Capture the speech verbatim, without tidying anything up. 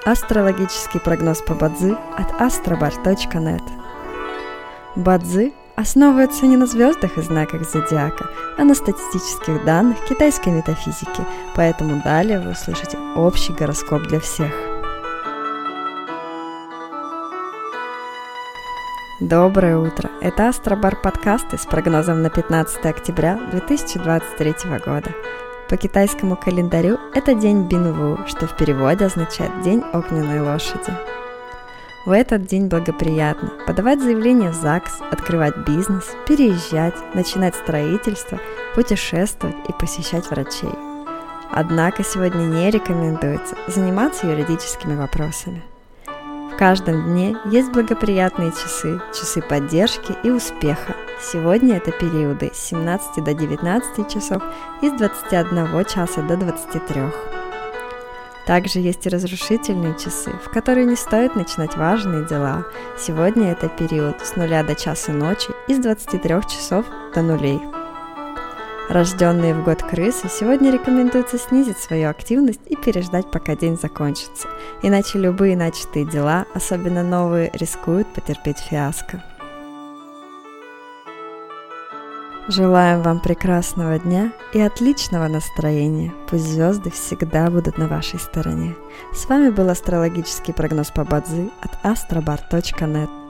Астрологический прогноз по Бадзи от астробар точка нет. Бадзи основывается не на звездах и знаках зодиака, а на статистических данных китайской метафизики, поэтому далее вы услышите общий гороскоп для всех. Доброе утро! Это Астробар подкасты с прогнозом на пятнадцатое октября две тысячи двадцать третьего года. По китайскому календарю это день Бинву, что в переводе означает «день огненной лошади». В этот день благоприятно подавать заявление в ЗАГС, открывать бизнес, переезжать, начинать строительство, путешествовать и посещать врачей. Однако сегодня не рекомендуется заниматься юридическими вопросами. В каждом дне есть благоприятные часы, часы поддержки и успеха. Сегодня это периоды с семнадцати до девятнадцати часов и с двадцати одного часа до двадцати трёх. Также есть и разрушительные часы, в которые не стоит начинать важные дела. Сегодня это период с нуля до часа ночи и с двадцати трёх часов до нулей. Рожденные в год крысы сегодня рекомендуется снизить свою активность и переждать, пока день закончится, иначе любые начатые дела, особенно новые, рискуют потерпеть фиаско. Желаем вам прекрасного дня и отличного настроения. Пусть звезды всегда будут на вашей стороне. С вами был астрологический прогноз по Бадзи от астробар точка нет.